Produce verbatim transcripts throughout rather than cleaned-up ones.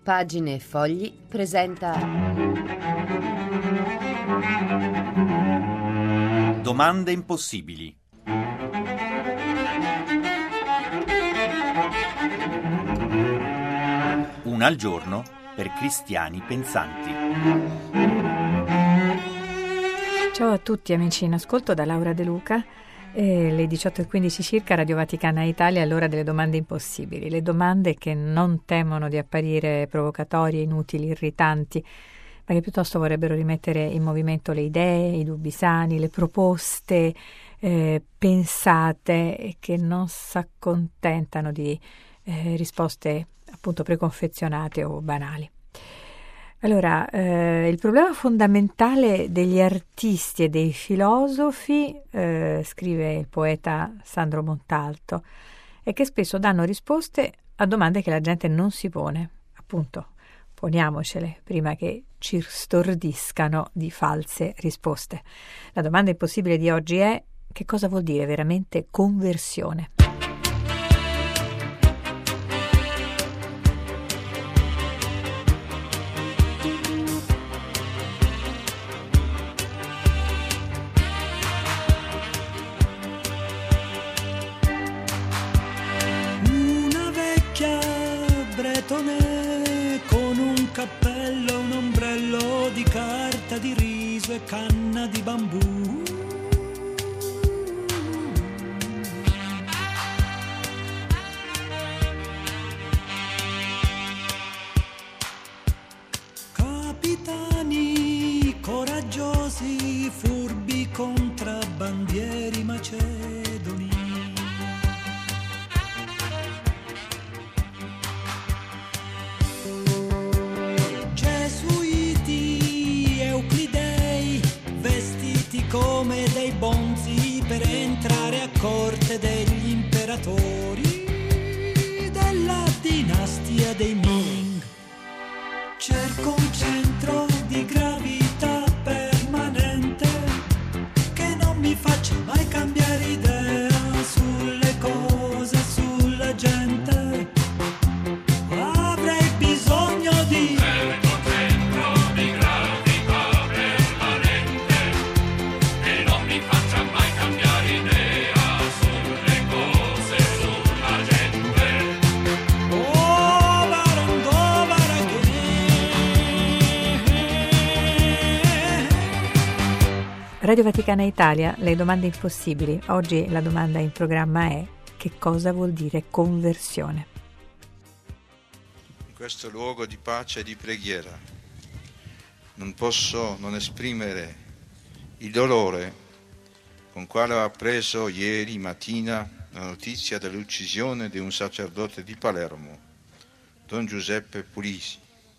Pagine e Fogli presenta Domande impossibili. Una al giorno per cristiani pensanti. Ciao a tutti amici in ascolto da Laura De Luca. E le diciotto e quindici circa, Radio Vaticana Italia, all'ora delle domande impossibili, le domande che non temono di apparire provocatorie, inutili, irritanti, ma che piuttosto vorrebbero rimettere in movimento le idee, i dubbi sani, le proposte eh, pensate e che non si accontentano di eh, risposte appunto preconfezionate o banali. Allora, eh, il problema fondamentale degli artisti e dei filosofi, eh, scrive il poeta Sandro Montalto, è che spesso danno risposte a domande che la gente non si pone. Appunto, poniamocele prima che ci stordiscano di false risposte. La domanda impossibile di oggi è: che cosa vuol dire veramente conversione? Con un cappello e un ombrello di carta di riso e canna di bambù, capitani coraggiosi, furbi contrabbandieri macedoni, come dei bonzi per entrare a corte degli imperatori della dinastia dei Ming. Cerco un centro di gravità permanente che non mi faccia mai cambiare idea sulle cose, sulla gente. Avrei bisogno di Radio Vaticana Italia, le domande impossibili. Oggi la domanda in programma è: che cosa vuol dire conversione? In questo luogo di pace e di preghiera non posso non esprimere il dolore con quale ho appreso ieri mattina la notizia dell'uccisione di un sacerdote di Palermo, Don Giuseppe Pulisi.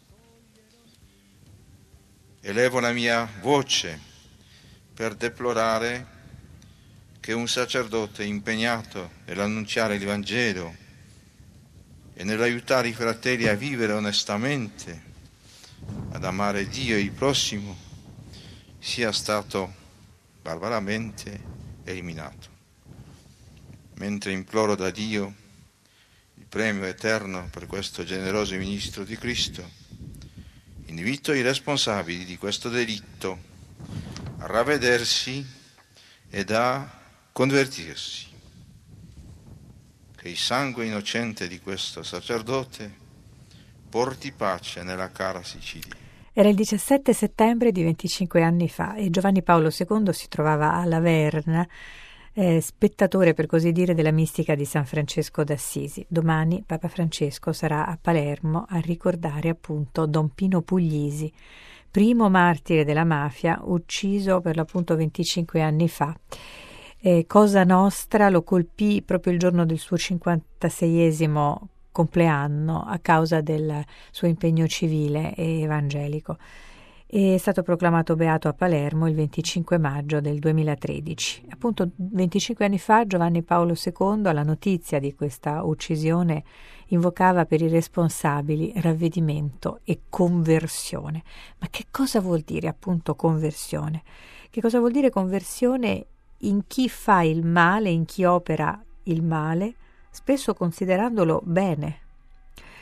Elevo la mia voce per deplorare che un sacerdote impegnato nell'annunciare il Vangelo e nell'aiutare i fratelli a vivere onestamente, ad amare Dio e il prossimo, sia stato barbaramente eliminato. Mentre imploro da Dio il premio eterno per questo generoso ministro di Cristo, invito i responsabili di questo delitto a ravvedersi ed a convertirsi. Che il sangue innocente di questo sacerdote porti pace nella cara Sicilia. Era il diciassette settembre di venticinque anni fa e Giovanni Paolo secondo si trovava a Laverna, eh, spettatore per così dire della mistica di San Francesco d'Assisi. Domani Papa Francesco sarà a Palermo a ricordare appunto Don Pino Puglisi, primo martire della mafia, ucciso per l'appunto venticinque anni fa. Eh, Cosa Nostra lo colpì proprio il giorno del suo cinquantaseiesimo compleanno a causa del suo impegno civile e evangelico. È stato proclamato beato a Palermo il venticinque maggio del duemilatredici. Appunto venticinque anni fa Giovanni Paolo secondo, alla notizia di questa uccisione, invocava per i responsabili ravvedimento e conversione. Ma che cosa vuol dire appunto conversione? Che cosa vuol dire conversione in chi fa il male, in chi opera il male, spesso considerandolo bene?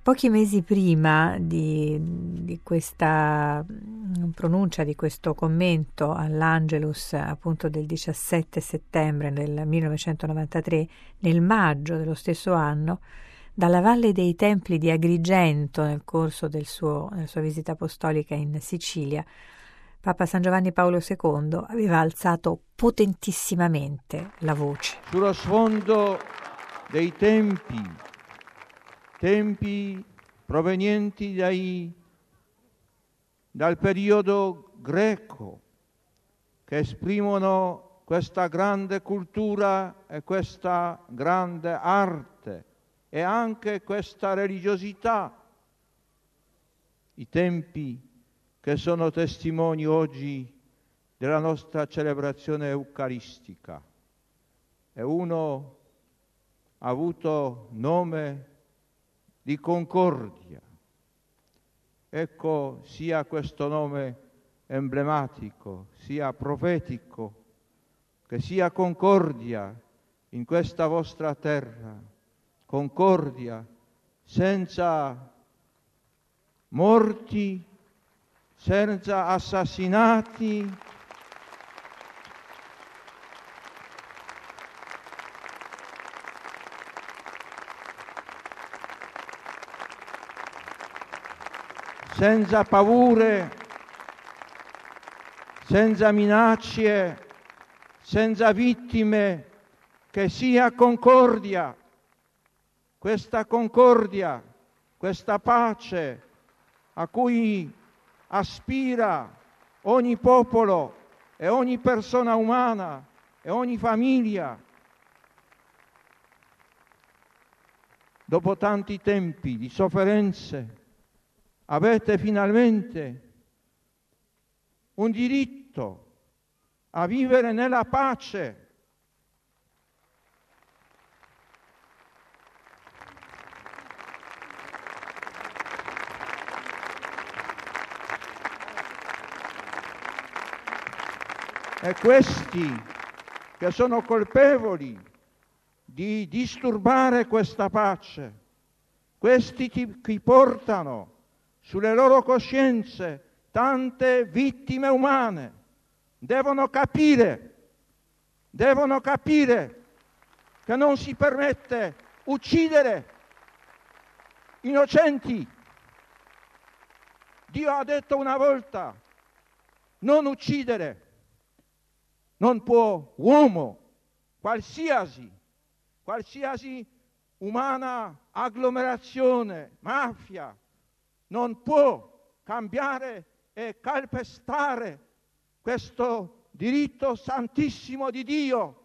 Pochi mesi prima di, di questa pronuncia, di questo commento all'Angelus, appunto del diciassette settembre del millenovecentonovantatré, nel maggio dello stesso anno, dalla Valle dei Templi di Agrigento, nel corso del suo, della sua visita apostolica in Sicilia, Papa San Giovanni Paolo secondo aveva alzato potentissimamente la voce. Sullo sfondo dei tempi, tempi provenienti dai, dal periodo greco, che esprimono questa grande cultura e questa grande arte e anche questa religiosità, i tempi che sono testimoni oggi della nostra celebrazione eucaristica. E uno ha avuto nome di concordia. Ecco, sia questo nome emblematico, sia profetico, che sia concordia in questa vostra terra, concordia senza morti, senza assassinati, senza paure, senza minacce, senza vittime, che sia concordia, questa concordia, questa pace a cui aspira ogni popolo e ogni persona umana e ogni famiglia. Dopo tanti tempi di sofferenze avete finalmente un diritto a vivere nella pace. E questi che sono colpevoli di disturbare questa pace, questi che portano sulle loro coscienze tante vittime umane, devono capire, devono capire che non si permette uccidere innocenti. Dio ha detto una volta, non uccidere. Non può uomo, qualsiasi, qualsiasi umana agglomerazione, mafia, non può cambiare e calpestare questo diritto santissimo di Dio.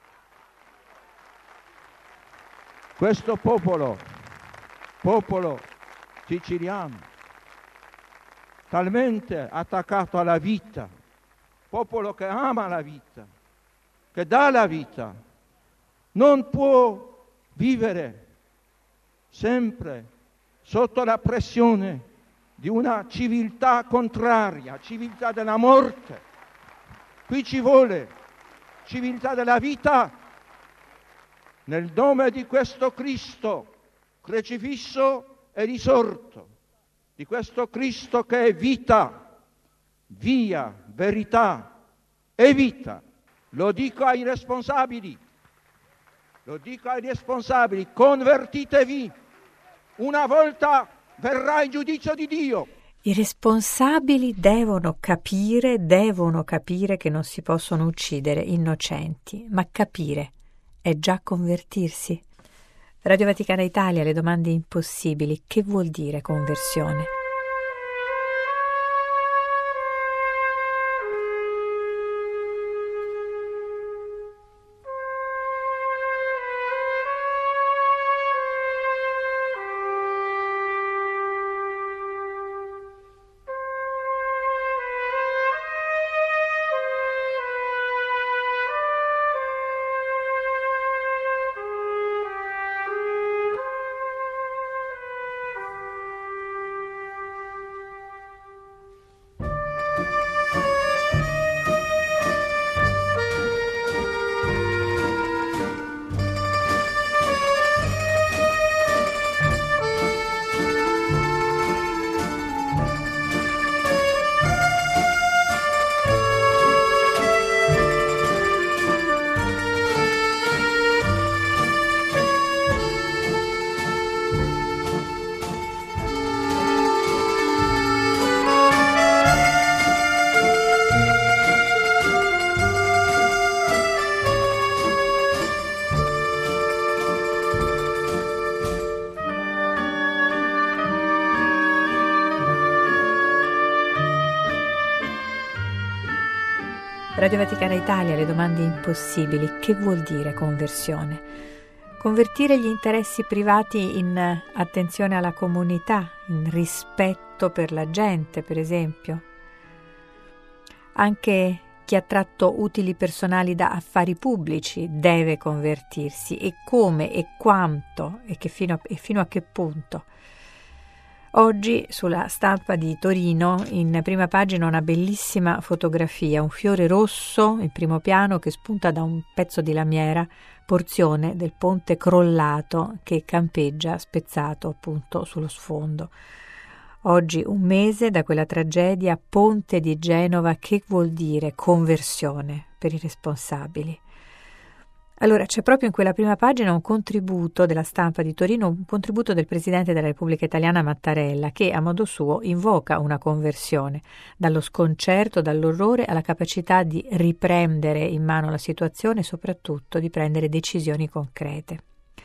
Questo popolo, popolo siciliano, talmente attaccato alla vita, popolo che ama la vita, che dà la vita, non può vivere sempre sotto la pressione di una civiltà contraria, civiltà della morte. Qui ci vuole civiltà della vita nel nome di questo Cristo crocifisso e risorto, di questo Cristo che è vita, via, verità e vita. Lo dico ai responsabili, lo dico ai responsabili, convertitevi, una volta verrà il giudizio di Dio. I responsabili devono capire, devono capire che non si possono uccidere innocenti, ma capire è già convertirsi. Radio Vaticana Italia, le domande impossibili. Che vuol dire conversione? Radio Vaticana Italia, le domande impossibili. Che vuol dire conversione? Convertire gli interessi privati in attenzione alla comunità, in rispetto per la gente, per esempio. Anche chi ha tratto utili personali da affari pubblici deve convertirsi, e come e quanto e, che fino a, e fino a che punto. Oggi sulla stampa di Torino, in prima pagina, una bellissima fotografia, un fiore rosso in primo piano che spunta da un pezzo di lamiera, porzione del ponte crollato che campeggia spezzato appunto sullo sfondo. Oggi un mese da quella tragedia, ponte di Genova. Che vuol dire conversione per i responsabili? Allora, c'è proprio in quella prima pagina un contributo della stampa di Torino, un contributo del Presidente della Repubblica Italiana Mattarella, che a modo suo invoca una conversione, dallo sconcerto, dall'orrore alla capacità di riprendere in mano la situazione e soprattutto di prendere decisioni concrete.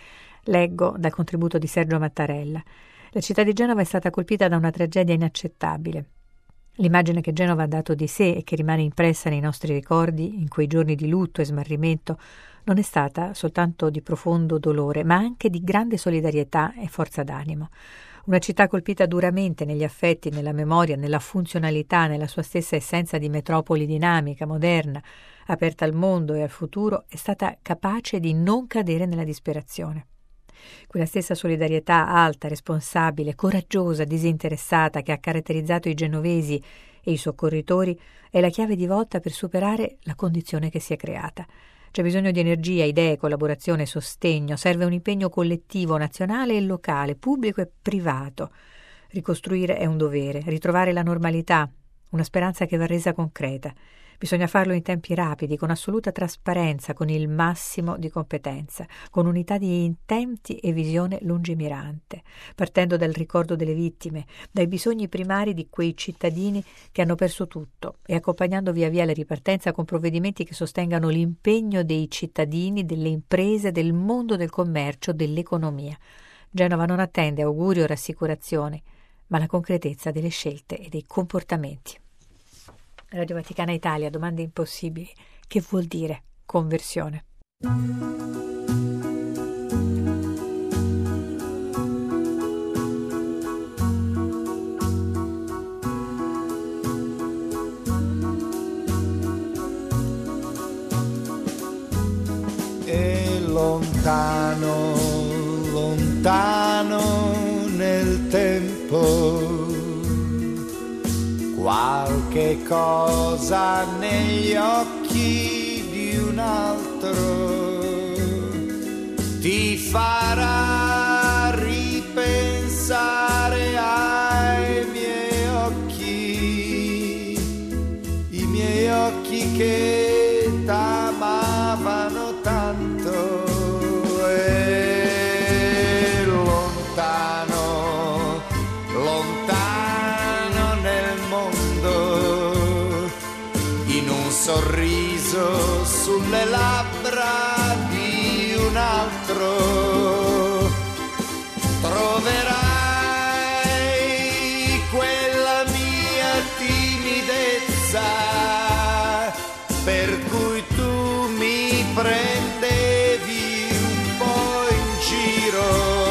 Leggo dal contributo di Sergio Mattarella. La città di Genova è stata colpita da una tragedia inaccettabile. L'immagine che Genova ha dato di sé e che rimane impressa nei nostri ricordi in quei giorni di lutto e smarrimento non è stata soltanto di profondo dolore, ma anche di grande solidarietà e forza d'animo. Una città colpita duramente negli affetti, nella memoria, nella funzionalità, nella sua stessa essenza di metropoli dinamica, moderna, aperta al mondo e al futuro, è stata capace di non cadere nella disperazione. Quella stessa solidarietà alta, responsabile, coraggiosa, disinteressata che ha caratterizzato i genovesi e i soccorritori è la chiave di volta per superare la condizione che si è creata. C'è bisogno di energia, idee, collaborazione, sostegno, serve un impegno collettivo, nazionale e locale, pubblico e privato. Ricostruire è un dovere, ritrovare la normalità, una speranza che va resa concreta. Bisogna farlo in tempi rapidi, con assoluta trasparenza, con il massimo di competenza, con unità di intenti e visione lungimirante, partendo dal ricordo delle vittime, dai bisogni primari di quei cittadini che hanno perso tutto e accompagnando via via la ripartenza con provvedimenti che sostengano l'impegno dei cittadini, delle imprese, del mondo del commercio, dell'economia. Genova non attende auguri o rassicurazioni, ma la concretezza delle scelte e dei comportamenti. Radio Vaticana Italia, domande impossibili. Che vuol dire conversione? E lontano, lontano nel tempo, qualche cosa negli occhi di un altro ti farà ripensare ai miei occhi, i miei occhi che t'amavano tanto. E lontano, lontano nel mondo, in un sorriso sulle labbra di un altro, troverai quella mia timidezza per cui tu mi prendevi un po' in giro.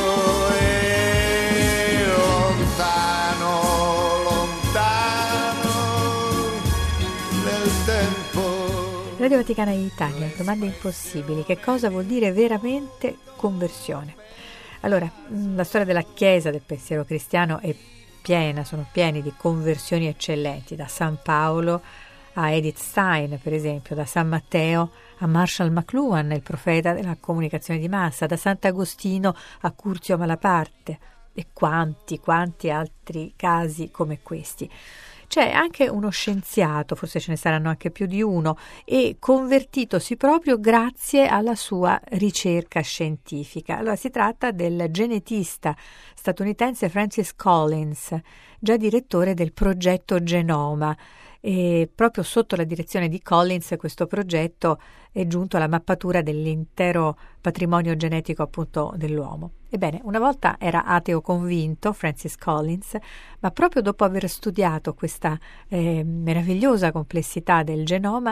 E lontano, lontano nel tempo. Radio Vaticana Italia, domande impossibili. Che cosa vuol dire veramente conversione? Allora, la storia della Chiesa, del pensiero cristiano è piena, sono pieni di conversioni eccellenti, da San Paolo a Edith Stein, per esempio, da San Matteo a Marshall McLuhan, il profeta della comunicazione di massa, da Sant'Agostino a Curzio Malaparte, e quanti, quanti altri casi come questi. C'è anche uno scienziato, forse ce ne saranno anche più di uno, e convertitosi proprio grazie alla sua ricerca scientifica. Allora, si tratta del genetista statunitense Francis Collins, già direttore del progetto Genoma. E proprio sotto la direzione di Collins questo progetto è giunto alla mappatura dell'intero patrimonio genetico appunto dell'uomo. Ebbene, una volta era ateo convinto Francis Collins, ma proprio dopo aver studiato questa eh, meravigliosa complessità del genoma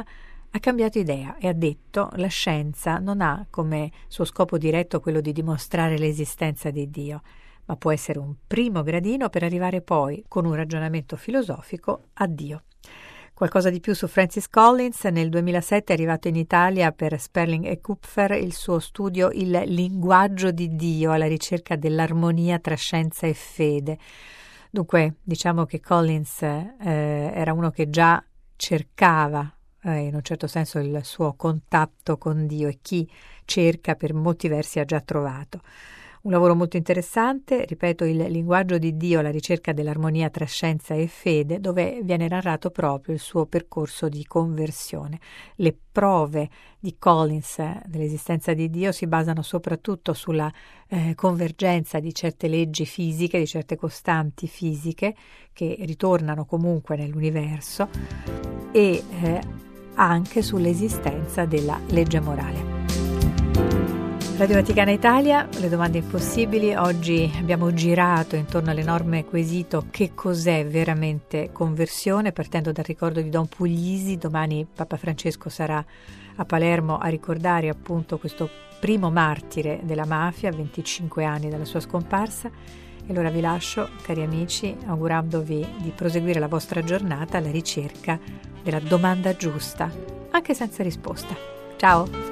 ha cambiato idea e ha detto: la scienza non ha come suo scopo diretto quello di dimostrare l'esistenza di Dio, ma può essere un primo gradino per arrivare poi, con un ragionamento filosofico, a Dio. Qualcosa di più su Francis Collins. Nel duemilasette è arrivato in Italia per Sperling e Kupfer il suo studio Il linguaggio di Dio, alla ricerca dell'armonia tra scienza e fede. Dunque, diciamo che Collins eh, era uno che già cercava eh, in un certo senso il suo contatto con Dio, e chi cerca per molti versi ha già trovato. Un lavoro molto interessante, ripeto, Il linguaggio di Dio, la ricerca dell'armonia tra scienza e fede, dove viene narrato proprio il suo percorso di conversione. Le prove di Collins dell'esistenza di Dio si basano soprattutto sulla eh, convergenza di certe leggi fisiche, di certe costanti fisiche che ritornano comunque nell'universo, e eh, anche sull'esistenza della legge morale. Radio Vaticana Italia, le domande impossibili. Oggi abbiamo girato intorno all'enorme quesito che cos'è veramente conversione, partendo dal ricordo di Don Puglisi. Domani Papa Francesco sarà a Palermo a ricordare appunto questo primo martire della mafia, venticinque anni dalla sua scomparsa. E allora vi lascio, cari amici, augurandovi di proseguire la vostra giornata alla ricerca della domanda giusta, anche senza risposta. Ciao!